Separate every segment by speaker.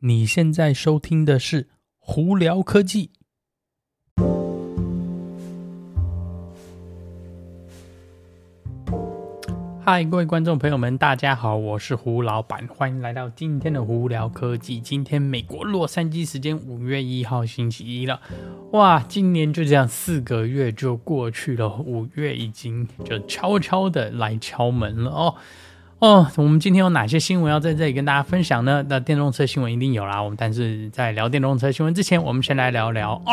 Speaker 1: 你现在收听的是胡聊科技。嗨，各位观众朋友们，大家好，我是胡老板，欢迎来到今天的胡聊科技。今天美国洛杉矶时间5月1号星期一了，哇，今年就这样4个月就过去了，5月已经就悄悄的来敲门了哦。我们今天有哪些新闻要在这里跟大家分享呢？那电动车新闻一定有啦，但是在聊电动车新闻之前，我们先来聊聊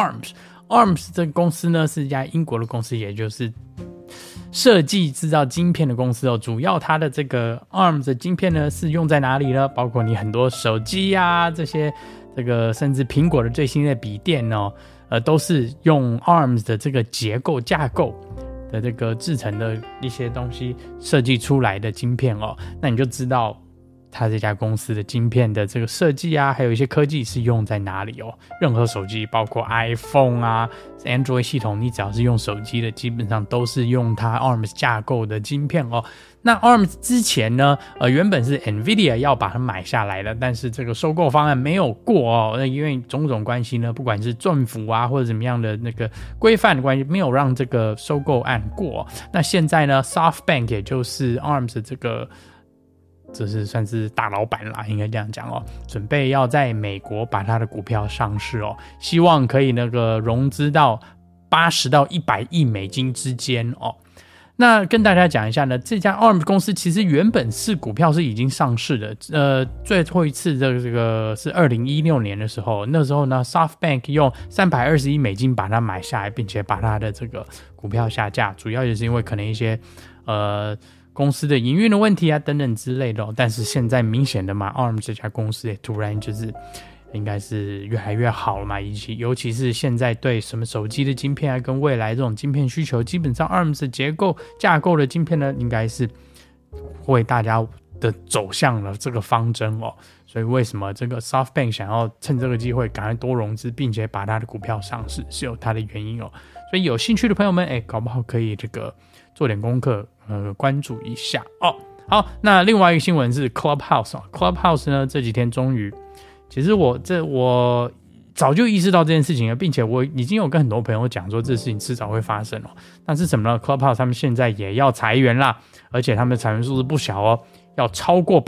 Speaker 1: ARMS 这个公司呢是一家英国的公司，也就是设计制造晶片的公司哦。主要它的这个 ARMS 的晶片呢是用在哪里呢？包括你很多手机啊这些，这个甚至苹果的最新的笔电哦，都是用 ARMS 的这个架构的这个制成的一些东西设计出来的晶片哦。那你就知道它这家公司的晶片的这个设计啊，还有一些科技是用在哪里哦。任何手机，包括 iPhone 啊 Android 系统，你只要是用手机的，基本上都是用它 ARMS 架构的晶片哦。那 ARMS 之前呢，原本是 NVIDIA 要把它买下来的，但是这个收购方案没有过哦。那因为种种关系呢，不管是政府啊或者怎么样的那个规范的关系，没有让这个收购案过。那现在呢 ，SoftBank 也就是 ARMS 这是算是大老板啦，应该这样讲哦，准备要在美国把他的股票上市哦，希望可以那个融资到80到100亿美金之间哦。那跟大家讲一下呢，这家 ARMS 公司其实原本是股票是已经上市的，最后一次这个是2016年的时候，那时候呢 SoftBank 用320亿美金把它买下来，并且把它的这个股票下架，主要也是因为可能一些公司的营运的问题啊等等之类的但是现在明显的嘛 ARMS 这家公司也突然就是应该是越来越好了嘛，尤其是现在对什么手机的晶片啊跟未来这种晶片需求，基本上 ARMS 架构的晶片呢应该是会大家的走向了这个方针哦。所以为什么这个 SoftBank 想要趁这个机会赶快多融资，并且把它的股票上市，是有它的原因哦。所以有兴趣的朋友们搞不好可以这个做点功课，关注一下哦。好，那另外一个新闻是 Clubhouse 哦。Clubhouse 呢这几天终于，其实我早就意识到这件事情了，并且我已经有跟很多朋友讲说这事情迟早会发生哦。但是什么呢 ？Clubhouse 他们现在也要裁员啦，而且他们的裁员数字不小哦，要超过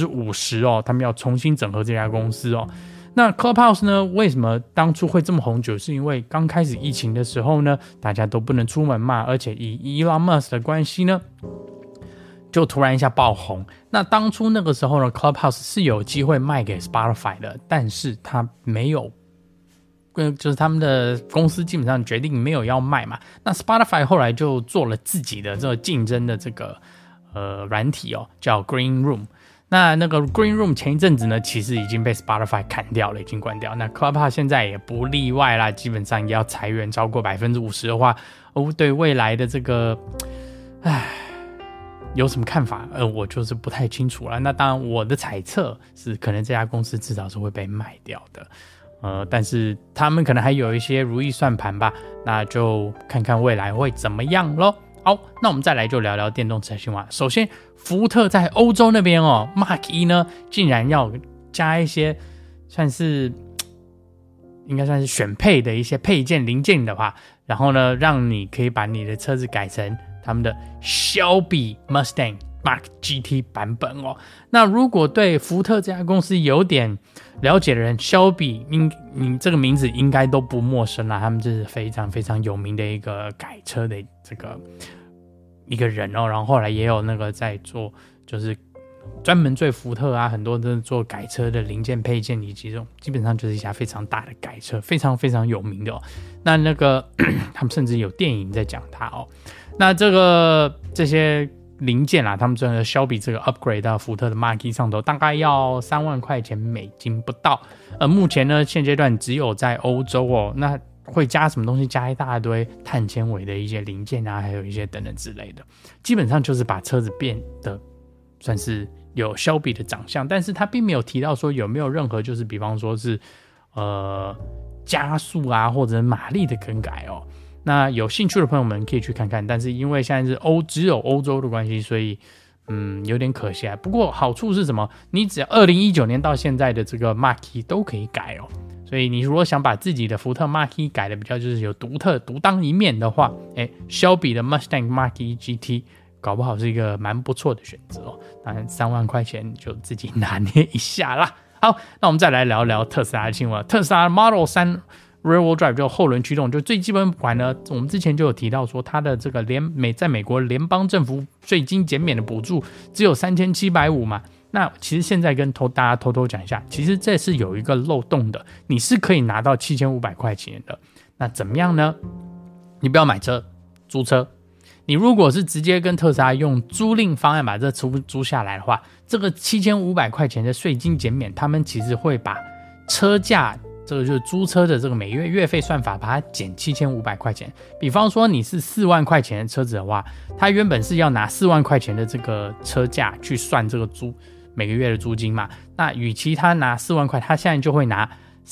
Speaker 1: 50%哦，他们要重新整合这家公司哦。那 Clubhouse 呢，为什么当初会这么红酒？是因为刚开始疫情的时候呢，大家都不能出门嘛，而且以 Elon Musk 的关系呢，就突然一下爆红。那当初那个时候呢 ，Clubhouse 是有机会卖给 Spotify 的，但是他没有，就是他们的公司基本上决定没有要卖嘛。那 Spotify 后来就做了自己的这个竞争的这个软体哦，叫 Green Room。那个 Green Room 前一阵子呢，其实已经被 Spotify 砍掉了，已经关掉。那 Clubhouse 现在也不例外啦，基本上也要裁员超过50%的话，对未来的这个，有什么看法？我就是不太清楚了。那当然，我的猜测是，可能这家公司至少是会被卖掉的。但是他们可能还有一些如意算盘吧，那就看看未来会怎么样咯。好，那我们再来就聊聊电动车新闻。首先，福特在欧洲那边Mark 1呢，竟然要加一些应该算是选配的一些配件零件的话，然后呢，让你可以把你的车子改成他们的 Shelby Mustang Mark GT 版本哦。那如果对福特这家公司有点了解的人 ，Shelby 你这个名字应该都不陌生啦，他们就是非常非常有名的一个改车的这个一个人哦。然后后来也有那个在做，就是专门对福特啊，很多的做改车的零件配件以及这种，基本上就是一家非常大的改车，非常非常有名的哦。那个他们甚至有电影在讲它哦。那这些零件啦，他们真的Shelby这个 upgrade 到福特的 Mark 1上头，大概要3万块钱美金不到。目前呢，现阶段只有在欧洲哦。那会加什么东西？加一大堆碳纤维的一些零件啊，还有一些等等之类的。基本上就是把车子变得算是有Shelby的长相，但是他并没有提到说有没有任何就是比方说是加速啊或者马力的更改哦。那有兴趣的朋友们可以去看看，但是因为现在是只有欧洲的关系，所以有点可惜啊。不过好处是什么？你只要2019年到现在的这个 Mach-E 都可以改哦。所以你如果想把自己的福特 Mach-E 改的比较就是有独当一面的话，Shelby 的 Mustang Mach-E GT 搞不好是一个蛮不错的选择哦。当然3万块钱就自己拿捏一下啦。好，那我们再来聊聊特斯拉的新闻。特斯拉 Model 3 Rear-Wheel Drive 就后轮驱动，就最基本款呢，我们之前就有提到说，它的这个在美国联邦政府税金减免的补助只有3750嘛。那其实现在跟大家偷偷讲一下，其实这是有一个漏洞的，你是可以拿到7500块钱的。那怎么样呢？你不要买车，租车。你如果是直接跟特斯拉用租赁方案把这租下来的话，这个7500块钱的税金减免，他们其实会把车价，这个就是租车的这个每月月费算法，把它减7500块钱。比方说你是4万块钱的车子的话，他原本是要拿4万块钱的这个车价去算这个每个月的租金嘛，那与其他拿4万块，他现在就会拿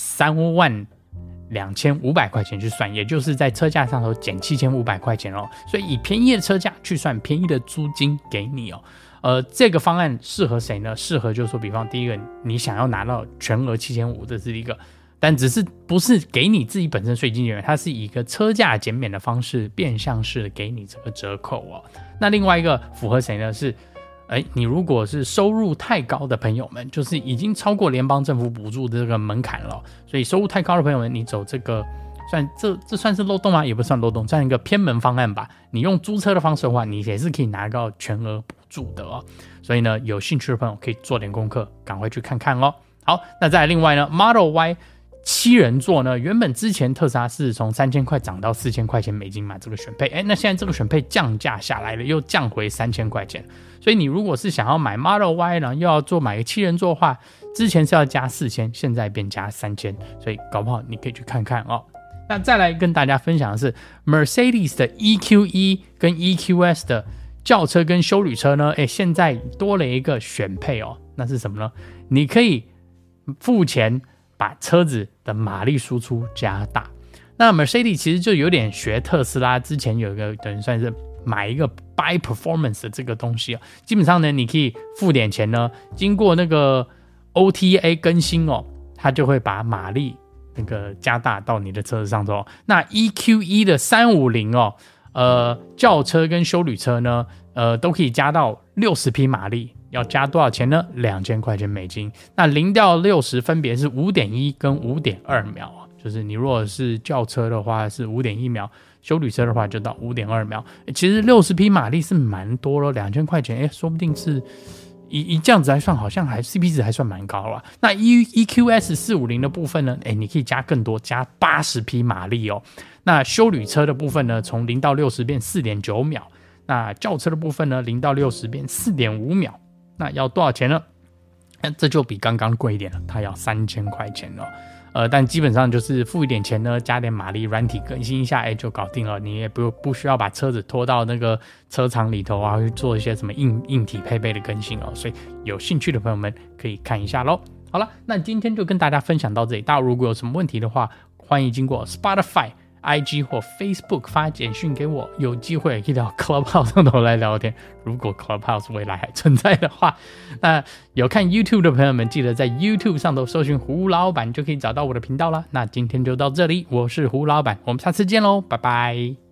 Speaker 1: 32500块钱去算，也就是在车价上头减7500块钱哦。所以以便宜的车价去算便宜的租金给你哦。这个方案适合谁呢？适合就是说，比方第一个，你想要拿到全额7500，这是一个，但只是不是给你自己本身税金减免，它是以一个车价减免的方式，变相式的给你这个折扣哦。那另外一个符合谁呢？是你如果是收入太高的朋友们，就是已经超过联邦政府补助的这个门槛了，所以收入太高的朋友们，你走这个这算是漏洞吗？也不算漏洞，这样一个偏门方案吧。你用租车的方式的话，你也是可以拿到全额补助的哦。所以呢，有兴趣的朋友可以做点功课，赶快去看看哦。好，那再来另外呢 ，Model Y 7人座呢，原本之前特斯拉是从3000块涨到4000块钱美金买这个选配，那现在这个选配降价下来了，又降回3000块钱。所以你如果是想要买 Model Y 呢，又要买个7人座的话，之前是要加4000，现在变加3000，所以搞不好你可以去看看哦。那再来跟大家分享的是 Mercedes 的 EQE 跟 EQS 的轿车跟休旅车呢，现在多了一个选配哦。那是什么呢？你可以付钱把车子的马力输出加大。那 Mercedes 其实就有点学特斯拉，之前有一个等于算是买一个 buy performance 的这个东西哦。基本上呢，你可以付点钱呢，经过那个 OTA 更新哦，它就会把马力那个加大到你的车子上头。那 EQE 的350哦，轿车跟休旅车呢，都可以加到60匹马力。要加多少钱呢？2000块钱美金。那0到60分别是 5.1 跟 5.2 秒，就是你如果是轿车的话是 5.1 秒，休旅车的话就到 5.2 秒。其实60匹马力是蛮多了，2000块钱说不定是以这样子来算，好像还 CP 值还算蛮高了。那 EQS 450的部分呢，你可以加更多，加80匹马力哦。那休旅车的部分呢，从0到60变 4.9 秒。那轿车的部分呢，0到60变 4.5 秒。那要多少钱呢？这就比刚刚贵一点了，它要3000块钱了。但基本上就是付一点钱呢，加点马力，软体更新一下，就搞定了。你也不需要把车子拖到那个车厂里头啊，去做一些什么硬体配备的更新哦。所以有兴趣的朋友们可以看一下咯。好了，那今天就跟大家分享到这里。大家如果有什么问题的话，欢迎经过 Spotify、IG 或 Facebook 发简讯给我，有机会也可以到 Clubhouse 上头来聊天。如果 Clubhouse 未来还存在的话，那有看 YouTube 的朋友们，记得在 YouTube 上头搜寻胡老板，就可以找到我的频道啦。那今天就到这里，我是胡老板，我们下次见喽，拜拜。